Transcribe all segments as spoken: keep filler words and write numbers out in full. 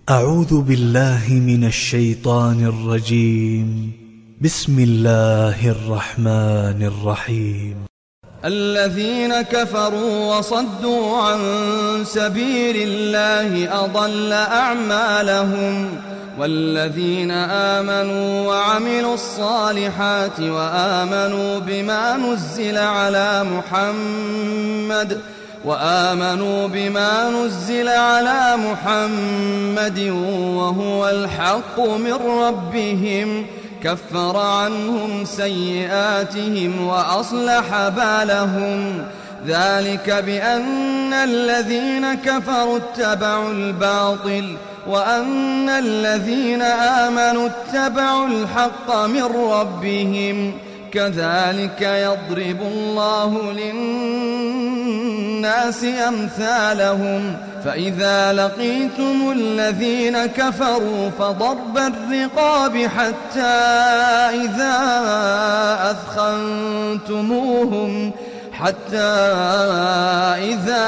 أعوذ بالله من الشيطان الرجيم. بسم الله الرحمن الرحيم. الذين كفروا وصدوا عن سبيل الله أضل أعمالهم، والذين آمنوا وعملوا الصالحات وآمنوا بما نزل على محمد وآمنوا بما نزل على محمد وهو الحق من ربهم كفر عنهم سيئاتهم وأصلح بالهم، ذلك بأن الذين كفروا اتبعوا الباطل وأن الذين آمنوا اتبعوا الحق من ربهم، كذلك يضرب الله للناس أمثالهم. فإذا لقيتم الذين كفروا فضرب الرقاب حتى إذا أثخنتموهم حتى إذا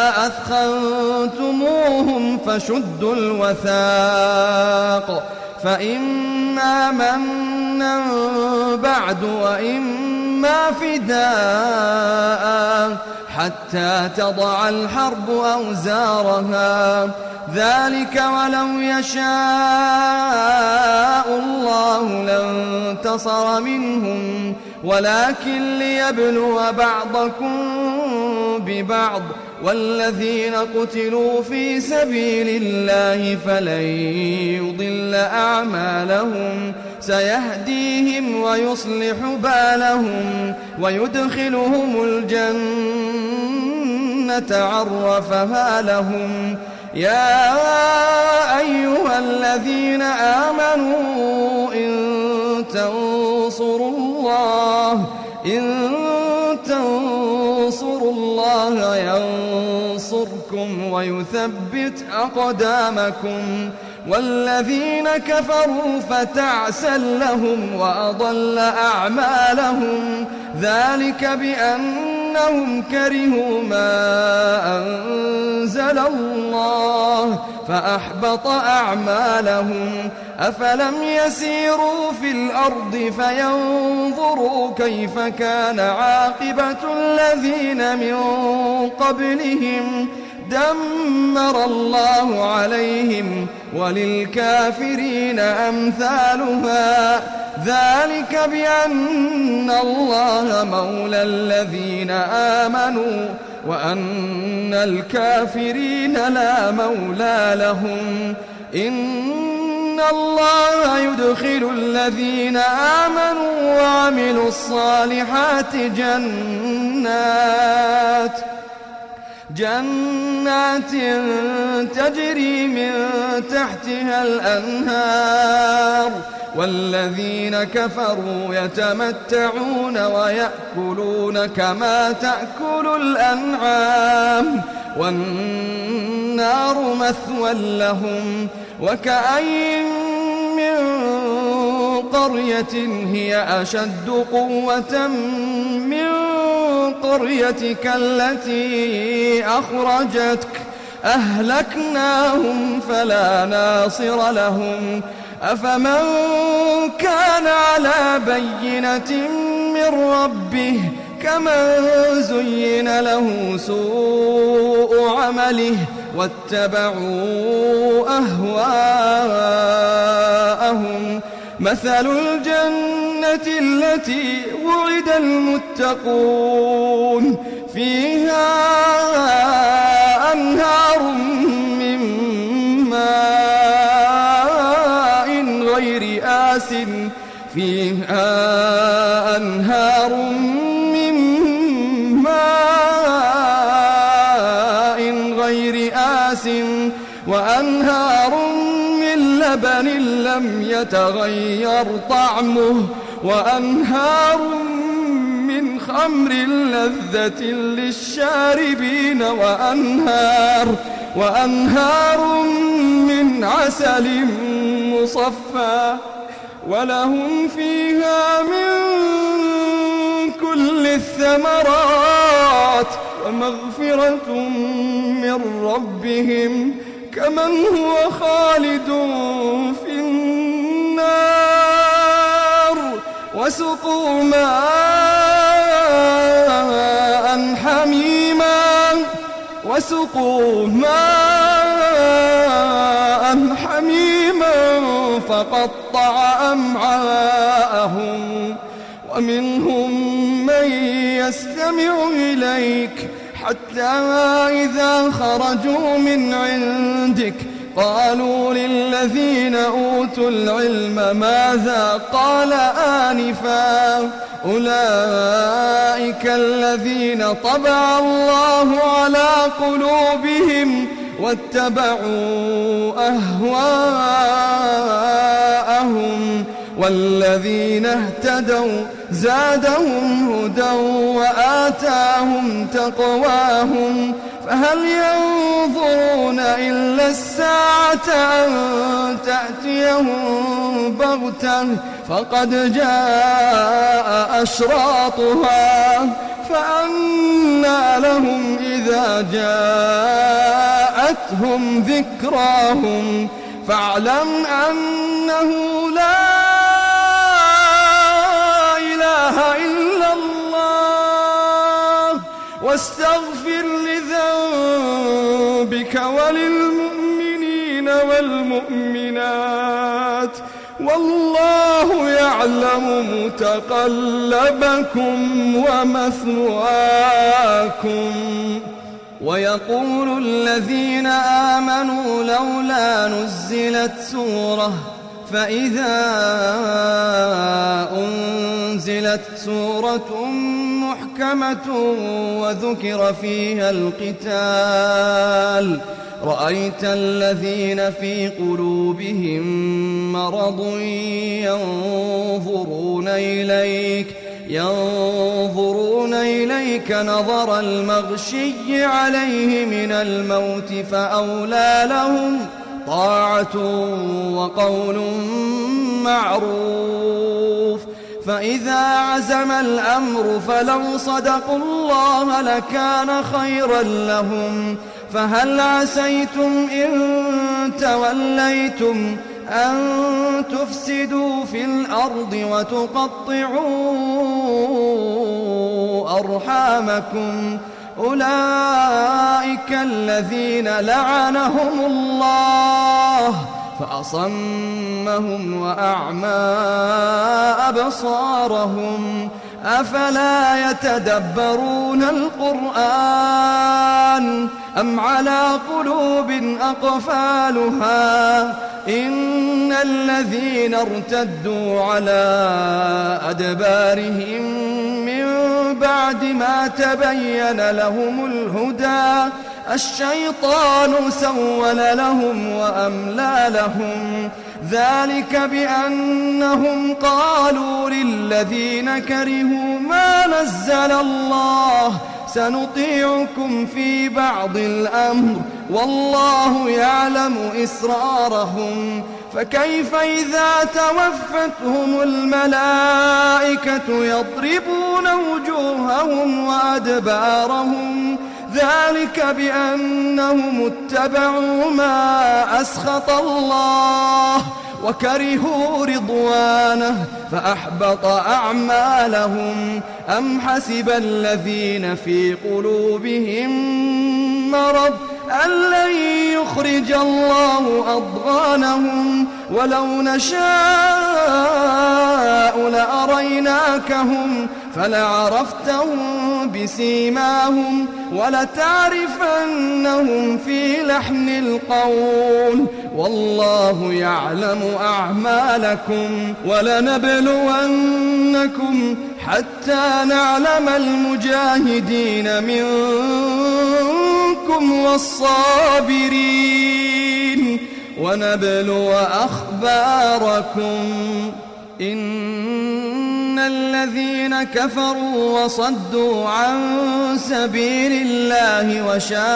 أثخنتموهم فشدوا الوثاق، فإما منا بعد وإما فداء حتى تضع الحرب أوزارها، ذلك ولو يشاء الله لانتصر منهم ولكن ليبلو بعضكم ببعض، والذين قتلوا في سبيل الله فلن يضل أعمالهم سيهديهم ويصلح بالهم ويدخلهم الجنة عرفها لهم. يا أيها الذين آمنوا إن تنصروا الله إن تنصروا الله ينصركم ويثبت أقدامكم، والذين كفروا فتعسا لهم وأضل أعمالهم، ذلك بأنهم كرهوا ما أنزل الله فأحبط أعمالهم. أفلم يسيروا في الأرض فينظروا كيف كان عاقبة الذين من قبلهم، دمر الله عليهم وللكافرين أمثالها، ذلك بأن الله مولى الذين آمنوا وأن الكافرين لا مولى لهم. إن الله يدخل الذين آمنوا وعملوا الصالحات جنات جنات تجري من تحتها الأنهار، والذين كفروا يتمتعون ويأكلون كما تأكل الأنعام والنار مثوى لهم. وكأين من قرية هي أشد قوة من قريتك التي أخرجتك أهلكناهم فلا ناصر لهم. أفمن كان على بينة من ربه كمن زين له سوء عمله واتبعوا أهواءهم. مثل الجنة التي وعد المتقون فيها أنهار من ماء غير آسٍ فيها أنهار من ماء غير آسٍ وأنهار من لبن لم يتغير طعمه وأنهار من خمر لذة للشاربين وأنهار وأنهار من عسل مصفى ولهم فيها من كل الثمرات ومغفرة من ربهم كمن هو خالد في النار وسقوا ماء حميما وسقوا ماء حميما فقطع أمعاءهم ومنهم من يستمع إليك حتى إذا خرجوا من عندك قالوا للذين أوتوا العلم ماذا قال آنفا أولئك الذين طبع الله على قلوبهم واتبعوا أهواءهم والذين اهتدوا زادهم هدى وآتاهم تقواهم فهل ينظرون إلا الساعة أن تأتيهم بغتة فقد جاء أشراطها فأنى لهم إذا جاءتهم ذكراهم فاعلم أنه لا إله إلا الله واستغفر لذنبك وللمؤمنين والمؤمنات والله يعلم متقلبكم ومثواكم. ويقول الذين آمنوا لولا نزلت سورة فإذا أنزلت سورة محكمة وذكر فيها القتال رأيت الذين في قلوبهم مرض ينظرون إليك ينظرون إليك نظر المغشي عليه من الموت فأولى لهم طاعة وقول معروف فإذا عزم الأمر فلو صدقوا الله لكان خيرا لهم فهل عسيتم إن توليتم أن تفسدوا في الأرض وتقطعوا أرحامكم أولئك الذين لعنهم الله فأصمهم وأعمى أبصارهم أفلا يتدبرون القرآن أم على قلوب أقفالها إن الذين ارتدوا على أدبارهم من بعد ما تبين لهم الهدى الشيطان سول لهم وأملى لهم ذلك بأنهم قالوا للذين كرهوا ما نزل الله سنطيعكم في بعض الأمر والله يعلم إسرارهم فكيف إذا توفتهم الملائكة يضربون وجوههم وأدبارهم ذلك بأنهم اتبعوا ما أسخط الله وكرهوا رضوانه فأحبط أعمالهم أم حسب الذين في قلوبهم مرض أن لن يخرج الله أضغانهم ولو نشاء لأريناكهم فلعرفتهم بسيماهم ولتعرفنهم في لحن القول والله يعلم أعمالكم ولنبلونكم حتى نعلم المجاهدين منكم والصابرين ونبلو أخباركم إن الذين كفروا وصدوا عن سبيل الله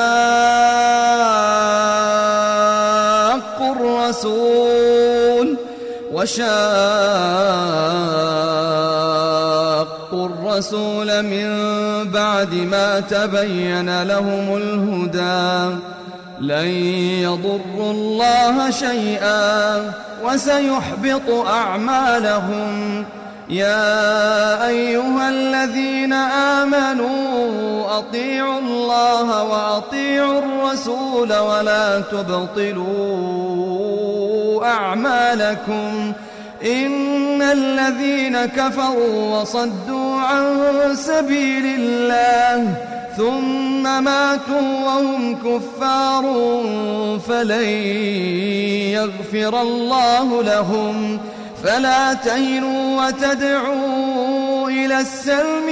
وشاقوا الرسول وشاقوا الرسول من بعد ما تبين لهم الهدى لن يضروا الله شيئا وسيحبط أعمالهم. يا أيها الذين آمنوا أطيعوا الله وأطيعوا الرسول ولا تبطلوا أعمالكم إن الذين كفروا وصدوا عن سبيل الله ثم ماتوا وهم كفار فلن يغفر الله لهم. فلا تهنوا وتدعوا إلى السلم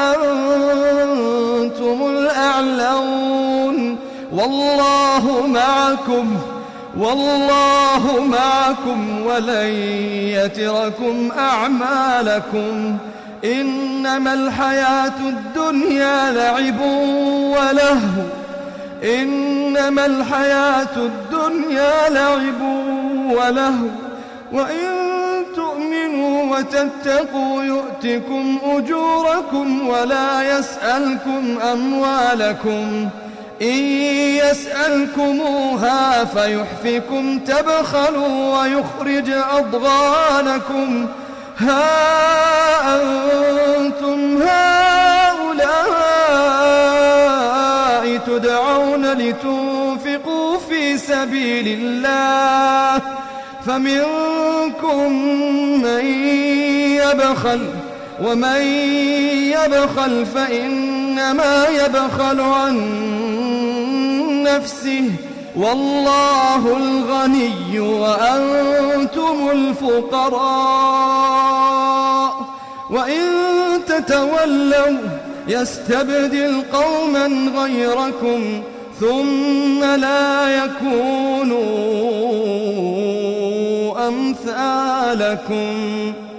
وأنتم الأعلون والله معكم والله معكم ولن يتركم أعمالكم. إنما الحياة الدنيا لعب ولهو إنما الحياة الدنيا لعب ولهو وإن تؤمنوا وتتقوا يؤتكم أجوركم ولا يسألكم أموالكم. إن يسألكموها فيحفكم تبخلوا ويخرج أضغانكم. ها أنتم هؤلاء تدعون لتنفقوا في سبيل الله فمنكم من يبخل ومن يبخل فإنما يبخل عن نفسه والله الغني وأنتم الفقراء. وإن تتولوا يستبدل قوما غيركم ثم لا يكونوا أمثالكم.